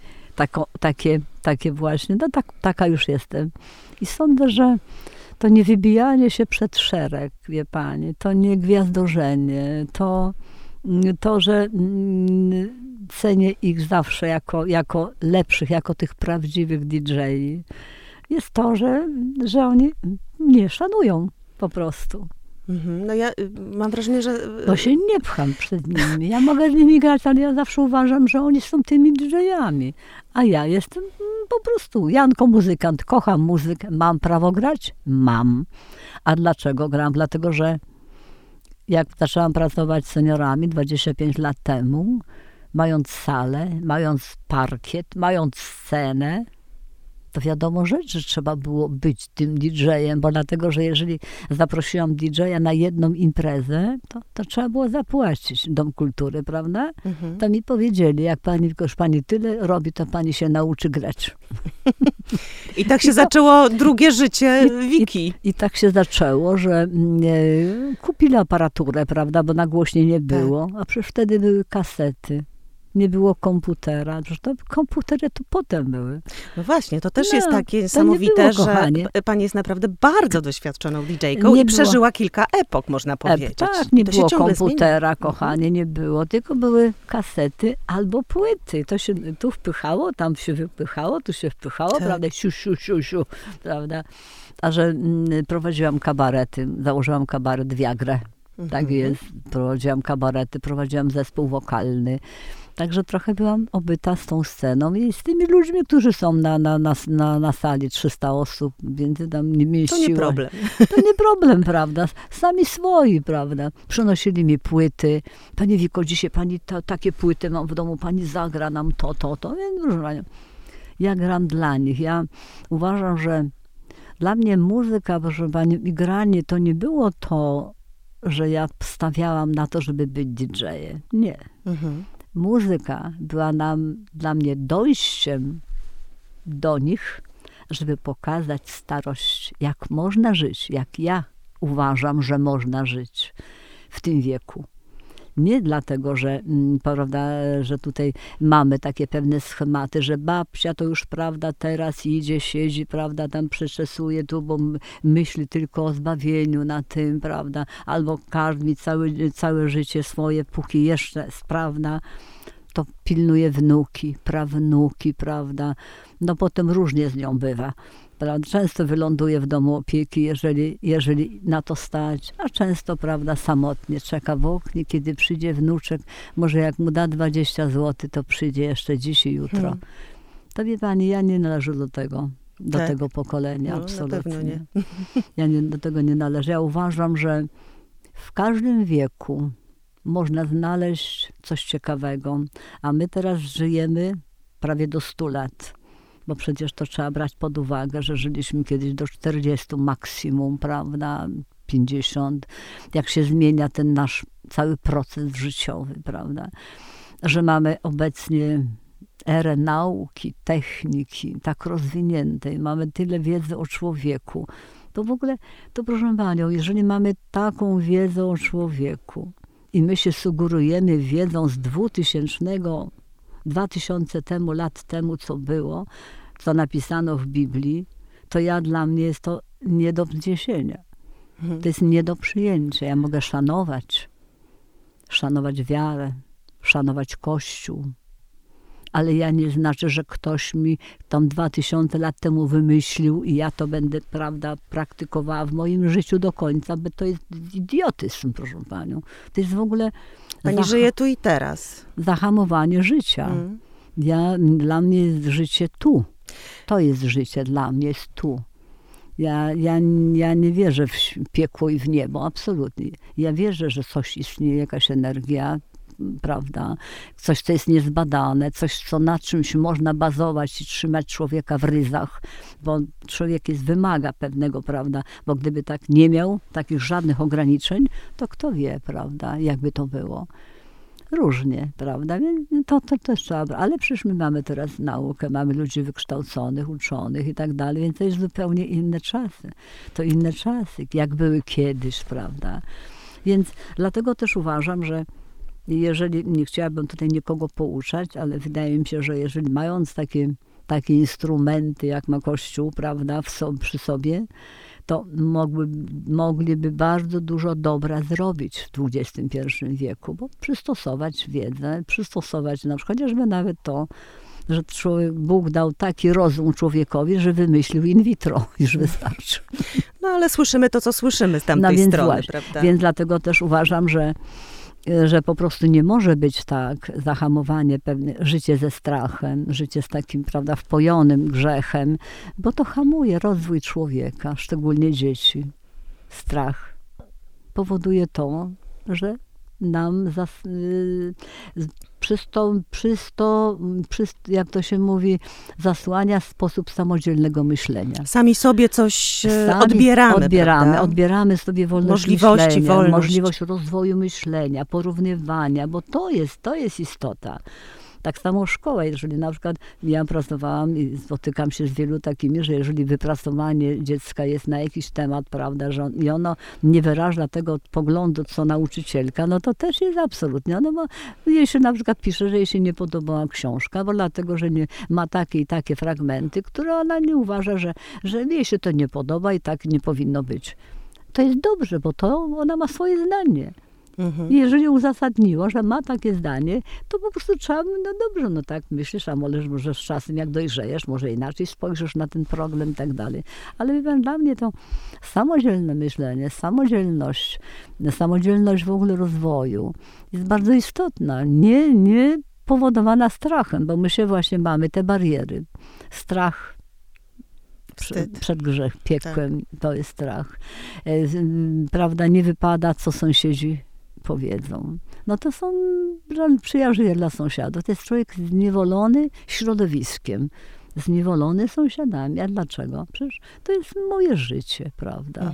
Takie właśnie, no taka już jestem. I sądzę, że to nie wybijanie się przed szereg, wie pani, to nie gwiazdorzenie, to że cenię ich zawsze jako lepszych, jako tych prawdziwych DJ-i, jest to, że oni mnie szanują po prostu. No ja mam wrażenie, że... Bo się nie pcham przed nimi. Ja mogę z nimi grać, ale ja zawsze uważam, że oni są tymi DJ-ami. A ja jestem po prostu Janko muzykant, kocham muzykę. Mam prawo grać? Mam. A dlaczego gram? Dlatego, że jak zaczęłam pracować z seniorami 25 lat temu, mając salę, mając parkiet, mając scenę, to wiadomo rzecz, że trzeba było być tym DJ-em, bo dlatego, że jeżeli zaprosiłam DJ-a na jedną imprezę, to trzeba było zapłacić Dom Kultury, prawda? To mi powiedzieli, jak już pani tyle robi, to pani się nauczy grać. I tak się zaczęło drugie życie Wiki. I tak się zaczęło, że kupili aparaturę, prawda, bo nagłośniej nie było, a przecież wtedy były kasety. Nie było komputera. To komputery to potem były. No właśnie, to też jest takie niesamowite, że pani jest naprawdę bardzo doświadczoną DJ-ką i przeżyła kilka epok, można powiedzieć. Tak, nie było komputera, kochanie, nie było. Tylko były kasety albo płyty. To się tu wpychało, tam się wypychało, tu się wpychało, prawda? Siu, prawda? A że prowadziłam kabarety, założyłam kabaret Viagrę. Tak jest. Prowadziłam kabarety, prowadziłam zespół wokalny. Także trochę byłam obyta z tą sceną i z tymi ludźmi, którzy są na sali, 300 osób, więc tam nie mieściło. To nie problem. To nie problem, prawda? Sami swoi, prawda? Przynosili mi płyty. Pani Wiko, dzisiaj pani takie płyty mam w domu, pani zagra nam to. Więc ja gram dla nich. Ja uważam, że dla mnie muzyka, proszę pani, i granie to nie było to, że ja stawiałam na to, żeby być DJ-em. Nie. Muzyka była dla mnie dojściem do nich, żeby pokazać starość, jak można żyć, jak ja uważam, że można żyć w tym wieku. Nie dlatego, że, prawda, że tutaj mamy takie pewne schematy, że babcia to już, prawda, teraz idzie, siedzi, prawda, tam przeczesuje tu, bo myśli tylko o zbawieniu na tym, prawda, albo karmi całe życie swoje, póki jeszcze sprawna, to pilnuje wnuki, prawnuki, prawda, no potem różnie z nią bywa. Często wyląduje w domu opieki, jeżeli na to stać, a często, prawda, samotnie czeka w oknie, kiedy przyjdzie wnuczek, może jak mu da 20 zł, to przyjdzie jeszcze dziś i jutro. To wie pani, ja nie należę do tego pokolenia, absolutnie. Na pewno nie. Ja do tego nie należę. Ja uważam, że w każdym wieku można znaleźć coś ciekawego, a my teraz żyjemy prawie do 100 lat. Bo przecież to trzeba brać pod uwagę, że żyliśmy kiedyś do 40 maksimum, prawda? 50, jak się zmienia ten nasz cały proces życiowy, prawda? Że mamy obecnie erę nauki, techniki tak rozwiniętej, mamy tyle wiedzy o człowieku. To w ogóle, to proszę panią, jeżeli mamy taką wiedzę o człowieku i my się sugerujemy wiedzą z 2000 lat temu, co było, co napisano w Biblii, to dla mnie jest to nie do zniesienia. To jest nie do przyjęcia. Ja mogę szanować wiarę, szanować Kościół, ale ja nie znaczy, że ktoś mi tam 2000 lat temu wymyślił i ja to będę, prawda, praktykowała w moim życiu do końca, bo to jest idiotyzm, proszę panią. To jest w ogóle... Pani żyje tu i teraz. Zahamowanie życia. Dla mnie jest życie tu. To jest życie dla mnie, jest tu. Ja nie wierzę w piekło i w niebo, absolutnie. Ja wierzę, że coś istnieje, jakaś energia, prawda, coś, co jest niezbadane, coś, na czymś można bazować i trzymać człowieka w ryzach, bo człowiek wymaga pewnego, prawda, bo gdyby tak nie miał takich żadnych ograniczeń, to kto wie, prawda, jakby to było. Różnie, prawda, więc to też trzeba, ale przecież my mamy teraz naukę, mamy ludzi wykształconych, uczonych i tak dalej, więc to jest zupełnie inne czasy. To inne czasy, jak były kiedyś, prawda. Więc dlatego też uważam, że jeżeli, nie chciałabym tutaj nikogo pouczać, ale wydaje mi się, że jeżeli mając takie instrumenty, jak ma Kościół, prawda, przy sobie, to mogliby bardzo dużo dobra zrobić w XXI wieku, bo przystosować wiedzę, przystosować na przykład chociażby nawet to, że Bóg dał taki rozum człowiekowi, że wymyślił in vitro, już wystarczy. No ale słyszymy to, co słyszymy z tamtej strony, właśnie, prawda? Więc dlatego też uważam, że po prostu nie może być tak zahamowanie pewne, życie ze strachem, życie z takim, prawda, wpojonym grzechem, bo to hamuje rozwój człowieka, szczególnie dzieci. Strach powoduje to, że nam jak to się mówi, zasłania sposób samodzielnego myślenia. Sami sobie coś odbieramy. Odbieramy sobie wolność myślenia, możliwość rozwoju myślenia, porównywania, bo to jest istota. Tak samo szkoła, jeżeli na przykład ja pracowałam i spotykam się z wielu takimi, że jeżeli wypracowanie dziecka jest na jakiś temat, prawda, i ono nie wyraża tego poglądu, co nauczycielka, no to też jest absolutnie. No bo jej się na przykład pisze, że jej się nie podobała książka, bo dlatego, że nie ma takie i takie fragmenty, które ona nie uważa, że jej się to nie podoba i tak nie powinno być. To jest dobrze, bo ona ma swoje zdanie. I jeżeli uzasadniło, że ma takie zdanie, to po prostu trzeba, no dobrze, no tak myślisz, a może z czasem jak dojrzejesz, może inaczej spojrzysz na ten problem i tak dalej. Ale dla mnie to samodzielne myślenie, samodzielność w ogóle rozwoju jest bardzo istotna. Nie powodowana strachem, bo my się właśnie mamy te bariery. Strach przed piekłem, tak. To jest strach. Prawda, nie wypada, co sąsiedzi powiedzą. No to są przyjaźnie dla sąsiadów. To jest człowiek zniewolony środowiskiem, zniewolony sąsiadami. A dlaczego? Przecież to jest moje życie, prawda?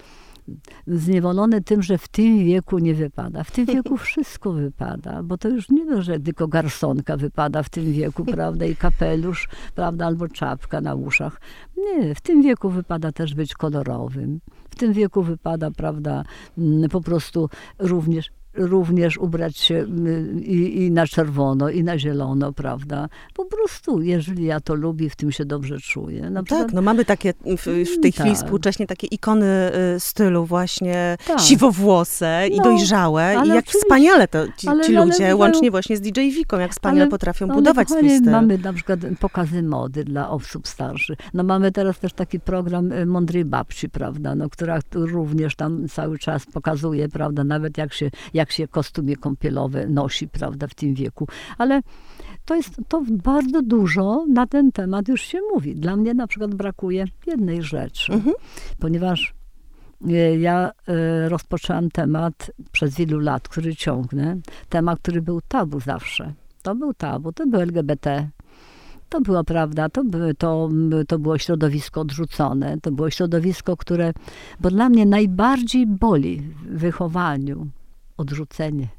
Zniewolony tym, że w tym wieku nie wypada. W tym wieku wszystko wypada, bo to już nie wiem, że tylko garsonka wypada w tym wieku, prawda, i kapelusz, prawda, albo czapka na uszach. Nie, w tym wieku wypada też być kolorowym. W tym wieku wypada, prawda, po prostu również ubrać się i na czerwono, i na zielono, prawda? Po prostu, jeżeli ja to lubię, w tym się dobrze czuję. Tak, no mamy takie w tej chwili współcześnie takie ikony stylu właśnie siwowłose i dojrzałe. I jak wspaniale to ci ludzie, łącznie właśnie z DJ Wiką, jak wspaniale potrafią budować swój styl. Mamy na przykład pokazy mody dla osób starszych. No mamy teraz też taki program Mądrej Babci, prawda? No, która również tam cały czas pokazuje, prawda? Nawet jak się kostiumie kąpielowe nosi, prawda, w tym wieku. Ale to bardzo dużo na ten temat już się mówi. Dla mnie na przykład brakuje jednej rzeczy, ponieważ ja rozpoczęłam temat przez wielu lat, który ciągnę. Temat, który był tabu zawsze. To był tabu, to był LGBT. To była prawda, to było środowisko odrzucone. To było środowisko, które, bo dla mnie najbardziej boli w wychowaniu odrzucenie.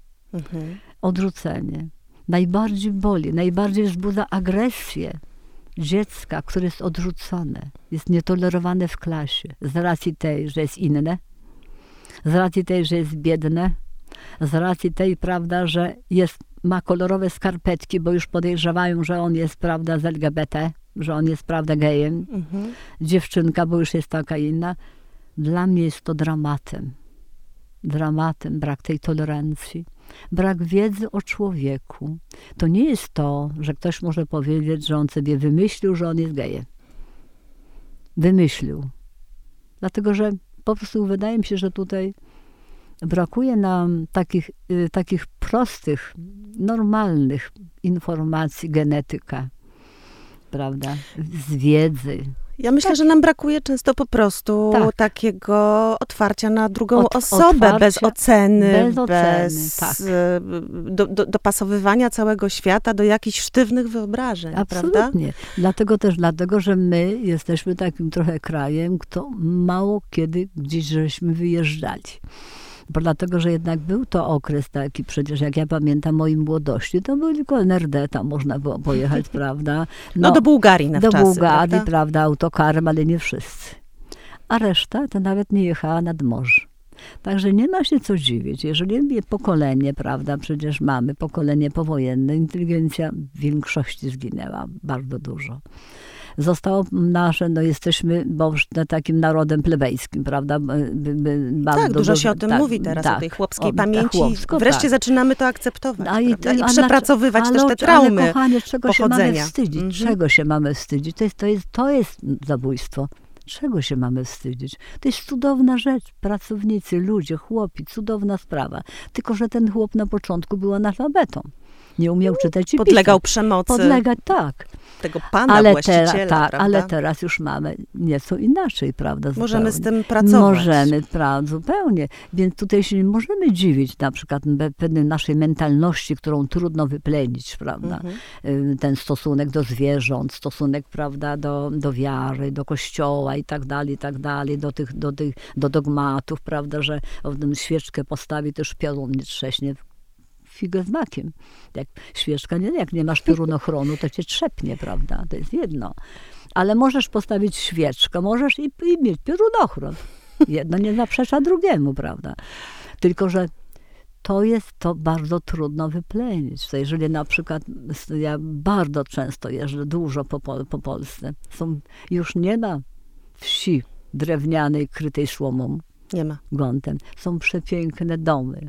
Odrzucenie. Najbardziej boli, najbardziej wzbudza agresję dziecka, które jest odrzucone, jest nietolerowane w klasie z racji tej, że jest inne, z racji tej, że jest biedne, z racji tej, prawda, że ma kolorowe skarpetki, bo już podejrzewają, że on jest, prawda, z LGBT, że on jest, prawda, gejem. Dziewczynka, bo już jest taka inna. Dla mnie jest to dramatem. Dramatem, brak tej tolerancji. Brak wiedzy o człowieku. To nie jest to, że ktoś może powiedzieć, że on sobie wymyślił, że on jest gejem. Wymyślił. Dlatego, że po prostu wydaje mi się, że tutaj brakuje nam takich prostych, normalnych informacji, genetyka, prawda, z wiedzy. Ja myślę, że nam brakuje często po prostu takiego otwarcia na drugą osobę, bez oceny, bez dopasowywania całego świata do jakichś sztywnych wyobrażeń. Absolutnie. Prawda? Dlatego, że my jesteśmy takim trochę krajem, kto mało kiedy gdzieś żeśmy wyjeżdżali. Bo dlatego, że jednak był to okres taki, przecież jak ja pamiętam mojej młodości, to był tylko NRD, tam można było pojechać, prawda? No do Bułgarii na wczasy, do Bułgarii, prawda, autokarem, ale nie wszyscy. A reszta to nawet nie jechała nad morze. Także nie ma się co dziwić. Jeżeli pokolenie, prawda, przecież mamy pokolenie powojenne, inteligencja w większości zginęła, bardzo dużo. Zostało nasze, jesteśmy takim narodem plebejskim, prawda? Tak, dużo się o tym mówi teraz, o tej chłopskiej pamięci. Wreszcie zaczynamy to akceptować, i przepracowywać też te traumy. Ale kochanie, czego się mamy pochodzenia. wstydzić? Czego się mamy wstydzić? To jest zabójstwo. Czego się mamy wstydzić? To jest cudowna rzecz. Pracownicy, ludzie, chłopi, cudowna sprawa. Tylko, że ten chłop na początku był analfabetą. Nie umiał czytać i pisać. Podlegał przemocy. Tak. Tego pana właściciela, prawda? Ale teraz już mamy nieco inaczej, prawda? Możemy z tym pracować. Zupełnie. Więc tutaj się nie możemy dziwić na przykład pewnej naszej mentalności, którą trudno wyplenić, prawda? Ten stosunek do zwierząt, stosunek, prawda, do wiary, do kościoła i tak dalej, do dogmatów, prawda, że świeczkę postawi, też piorun nie trześnie. Figę z makiem. Jak świeczka, jak nie masz piorunochronu, to cię trzepnie, prawda? To jest jedno. Ale możesz postawić świeczkę, możesz i mieć piorunochron. Jedno nie zaprzecza drugiemu, prawda? Tylko, że to bardzo trudno wyplenić. To jeżeli na przykład, ja bardzo często jeżdżę dużo po Polsce, już nie ma wsi drewnianej, krytej słomą. Nie ma. Gątem. Są przepiękne domy.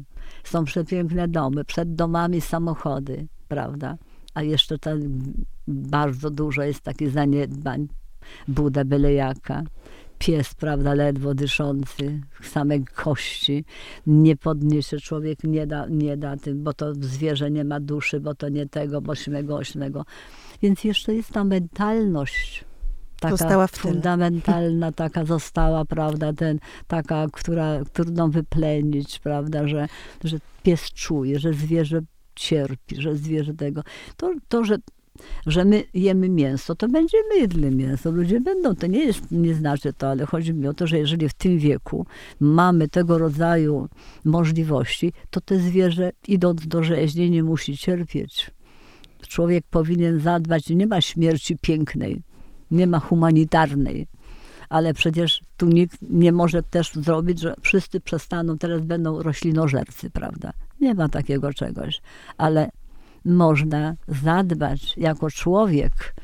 Przed domami samochody, prawda? A jeszcze bardzo dużo jest takich zaniedbań. Buda byle jaka. Pies, prawda, ledwo dyszący, same kości. Nie podniesie człowiek, nie da tym, bo to zwierzę nie ma duszy, bo to nie tego, bo śmego. Więc jeszcze jest ta mentalność. Taka fundamentalna, taka została, prawda, która trudno wyplenić, prawda, że pies czuje, że zwierzę cierpi, że zwierzę tego. Że my jemy mięso, to będziemy jedli mięso. Ludzie będą, to nie znaczy to, ale chodzi mi o to, że jeżeli w tym wieku mamy tego rodzaju możliwości, to zwierzę, idąc do rzeźni, nie musi cierpieć. Człowiek powinien zadbać, nie ma śmierci pięknej. Nie ma humanitarnej, ale przecież tu nikt nie może też zrobić, że wszyscy przestaną, teraz będą roślinożercy, prawda? Nie ma takiego czegoś, ale można zadbać jako człowiek,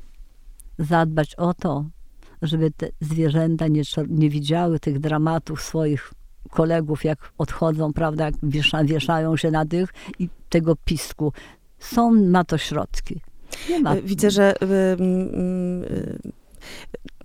zadbać o to, żeby te zwierzęta nie widziały tych dramatów swoich kolegów, jak odchodzą, prawda, jak wieszają się na tych i tego pisku. Ma to środki. Widzę, że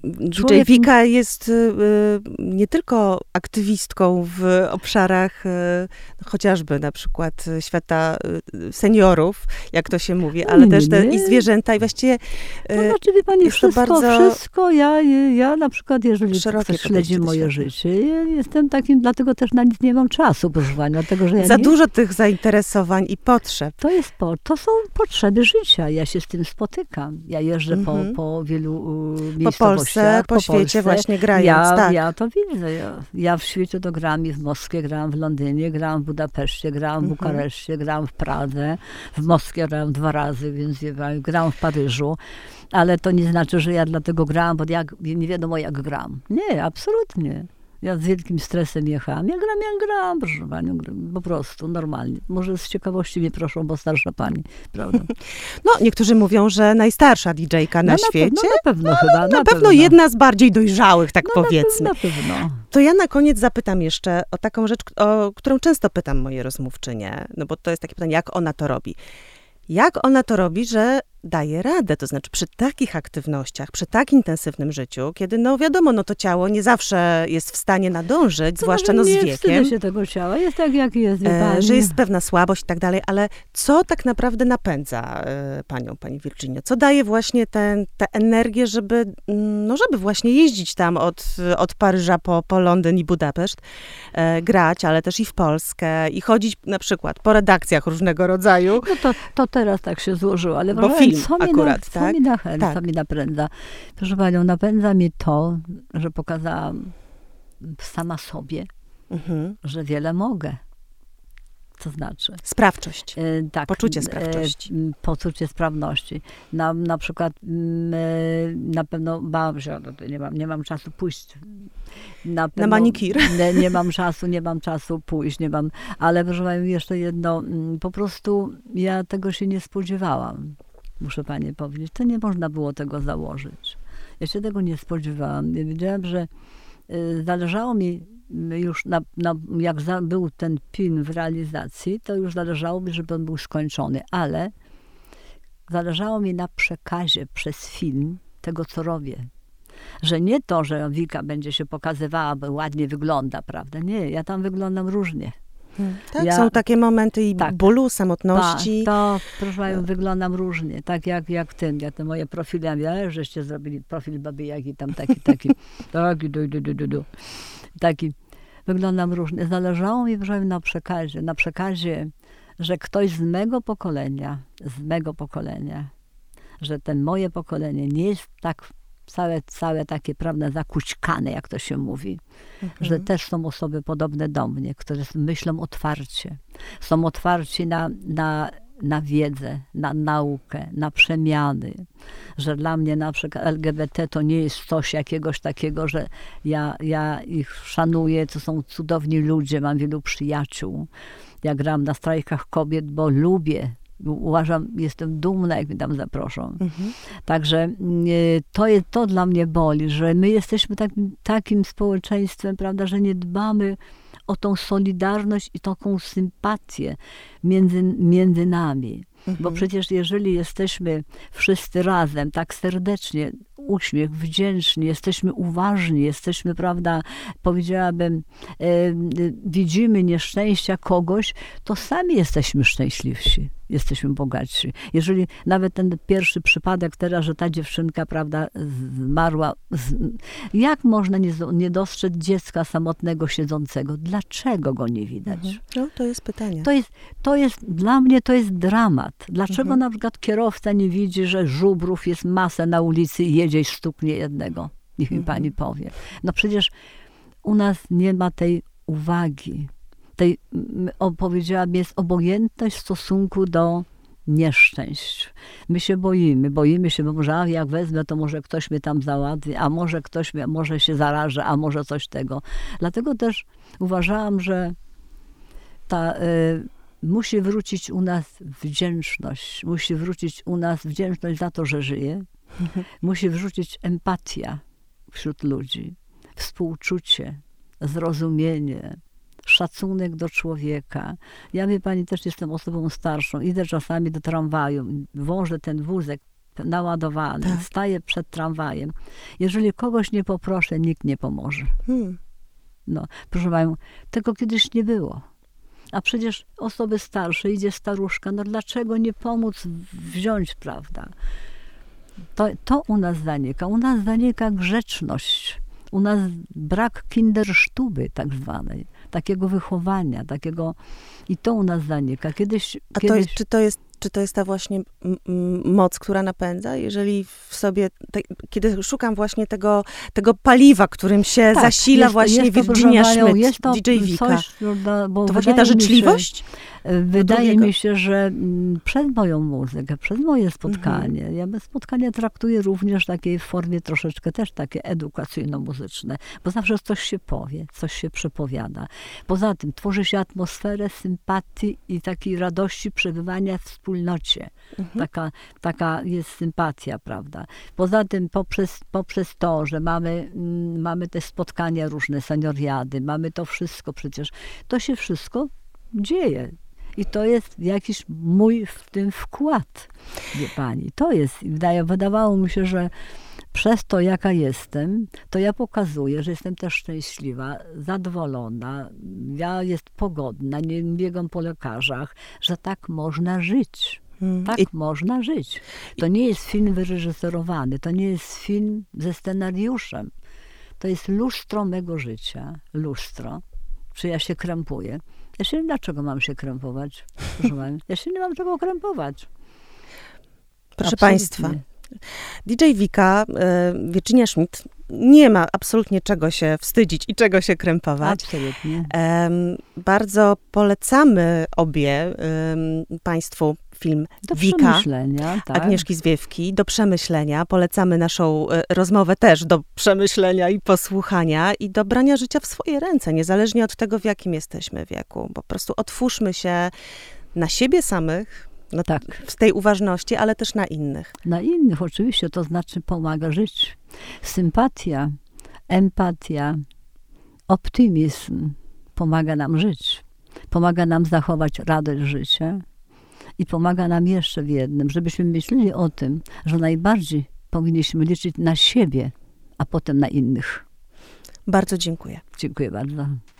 DJ Wika jest nie tylko aktywistką w obszarach chociażby na przykład świata seniorów, jak to się mówi, ale też i zwierzęta i właściwie to znaczy, wie pani, wszystko. Ja na przykład, jeżeli ktoś śledzi moje życie, ja jestem takim, dlatego też na nic nie mam czasu, proszę pani, dlatego, że ja dużo tych zainteresowań i potrzeb. To są potrzeby życia. Ja się z tym spotykam. Ja jeżdżę po wielu miejscowościach. Po świecie właśnie grając. Ja to widzę. Ja w świecie to gram i w Moskwie, grałam w Londynie, grałam w Budapeszcie, grałam w Bukareszcie, grałam w Pradze. W Moskwie grałam 2 razy, więc grałam w Paryżu. Ale to nie znaczy, że ja dlatego grałam, bo nie wiadomo jak gram. Nie, absolutnie. Ja z wielkim stresem jechałam. Ja gram, proszę panią, po prostu, normalnie. Może z ciekawości mnie proszą, bo starsza pani, prawda? No, niektórzy mówią, że najstarsza DJ-ka na świecie. Na pewno chyba. Na pewno jedna z bardziej dojrzałych, tak powiedzmy. Na pewno. To ja na koniec zapytam jeszcze o taką rzecz, o którą często pytam moje rozmówczynie, no bo to jest takie pytanie, jak ona to robi. Jak ona to robi, że daje radę? To znaczy przy takich aktywnościach, przy tak intensywnym życiu, kiedy wiadomo, to ciało nie zawsze jest w stanie nadążyć, zwłaszcza z wiekiem. Nie wstydzę się tego ciała, jest tak jak jest, wie pani. Że jest pewna słabość i tak dalej, ale co tak naprawdę napędza pani Virginio? Co daje właśnie tę energię, żeby właśnie jeździć tam od Paryża po Londyn i Budapeszt, grać, ale też i w Polskę i chodzić na przykład po redakcjach różnego rodzaju. No to teraz tak się złożyło, ale bo film akurat, co mi napędza? Proszę panią, napędza mnie to, że pokazałam sama sobie, że wiele mogę. Co znaczy? Sprawczość. Poczucie sprawczości. Poczucie sprawności. Na przykład na pewno bałam się, nie mam czasu pójść. Na manikir. Nie mam czasu pójść, ale proszę panią, jeszcze jedno, po prostu ja tego się nie spodziewałam. Muszę pani powiedzieć, to nie można było tego założyć. Ja się tego nie spodziewałam. Ja wiedziałam, że zależało mi już jak był ten film w realizacji, to już zależało mi, żeby on był skończony, ale zależało mi na przekazie przez film tego, co robię. Że nie to, że Wika będzie się pokazywała, bo ładnie wygląda, prawda? Nie, ja tam wyglądam różnie. Tak, są takie momenty i bólu, samotności. To, proszę panią, wyglądam różnie. Tak jak tym. Ja te moje profile, żeście zrobili profil Baby Jagi, tam taki. Taki. Wyglądam różnie. Zależało mi, proszę na przekazie, że ktoś z mego pokolenia, że ten moje pokolenie nie jest tak całe takie, prawda, zakućkane, jak to się mówi, że też są osoby podobne do mnie, które myślą otwarcie, są otwarci na wiedzę, na naukę, na przemiany, że dla mnie na przykład LGBT to nie jest coś jakiegoś takiego, że ja ich szanuję, to są cudowni ludzie, mam wielu przyjaciół. Ja gram na strajkach kobiet, bo lubię. Uważam, jestem dumna, jak mnie tam zaproszą. Także to dla mnie boli, że my jesteśmy takim społeczeństwem, prawda, że nie dbamy o tą solidarność i taką sympatię między nami. Bo przecież jeżeli jesteśmy wszyscy razem, tak serdecznie, uśmiech, wdzięczni, jesteśmy uważni, jesteśmy, prawda, powiedziałabym, widzimy nieszczęścia kogoś, to sami jesteśmy szczęśliwsi, jesteśmy bogatsi. Jeżeli nawet ten pierwszy przypadek teraz, że ta dziewczynka, prawda, zmarła, jak można nie dostrzec dziecka samotnego siedzącego? Dlaczego go nie widać? No, to jest pytanie. Dla mnie to jest dramat. Dlaczego na przykład kierowca nie widzi, że żubrów jest masę na ulicy i jedzie i stuknie jednego? Niech mi pani powie. No przecież u nas nie ma tej uwagi. Powiedziałabym, jest obojętność w stosunku do nieszczęść. My się boimy się, bo może jak wezmę, to może ktoś mnie tam załatwi, a może ktoś może się zaraży, a może coś tego. Dlatego też uważałam, że musi wrócić u nas wdzięczność. Musi wrócić u nas wdzięczność za to, że żyję. Musi wrócić empatia wśród ludzi. Współczucie, zrozumienie, szacunek do człowieka. Ja, wie pani, też jestem osobą starszą. Idę czasami do tramwaju, włożę ten wózek naładowany, staję przed tramwajem. Jeżeli kogoś nie poproszę, nikt nie pomoże. No, proszę panią, tego kiedyś nie było. A przecież osoby starsze, idzie staruszka, no dlaczego nie pomóc wziąć, prawda? To u nas zanika. U nas zanika grzeczność. U nas brak kindersztuby tak zwanej, takiego wychowania, takiego... I to u nas zanika. Kiedyś... Czy to jest ta właśnie moc, która napędza? Jeżeli w sobie, kiedy szukam właśnie tego paliwa, którym się zasila właśnie Virginia Schmidt, DJ Vika, to właśnie ta życzliwość? Wydaje mi się, że przez moją muzykę, przez moje spotkanie, ja spotkanie traktuję również takiej w formie troszeczkę też takie edukacyjno-muzyczne, bo zawsze coś się powie, coś się przepowiada. Poza tym tworzy się atmosferę sympatii i takiej radości przebywania w wspólnocie. Taka jest sympatia, prawda. Poza tym poprzez to, że mamy te spotkania różne, senioriady, mamy to wszystko przecież, to się wszystko dzieje. I to jest jakiś mój w tym wkład, wie pani. To jest, wydawało mi się, że przez to, jaka jestem, to ja pokazuję, że jestem też szczęśliwa, zadowolona, ja jest pogodna, nie biegam po lekarzach, że tak można żyć. Tak można żyć. To nie jest film wyreżyserowany, to nie jest film ze scenariuszem. To jest lustro mego życia, lustro. Czy ja się krępuję? Dlaczego mam się krępować? Ja się nie mam czego krępować. Proszę Państwa, DJ Vika, Virginia Schmidt, nie ma absolutnie czego się wstydzić i czego się krępować. Absolutnie. Bardzo polecamy obie Państwu film Vika, tak. Agnieszki Zwiewki, do przemyślenia. Polecamy naszą rozmowę też do przemyślenia i posłuchania i do brania życia w swoje ręce, niezależnie od tego, w jakim jesteśmy wieku. Po prostu otwórzmy się na siebie samych, w tej uważności, ale też na innych. Na innych oczywiście, to znaczy pomaga żyć. Sympatia, empatia, optymizm pomaga nam żyć. Pomaga nam zachować radość życia i pomaga nam jeszcze w jednym, żebyśmy myśleli o tym, że najbardziej powinniśmy liczyć na siebie, a potem na innych. Bardzo dziękuję. Dziękuję bardzo.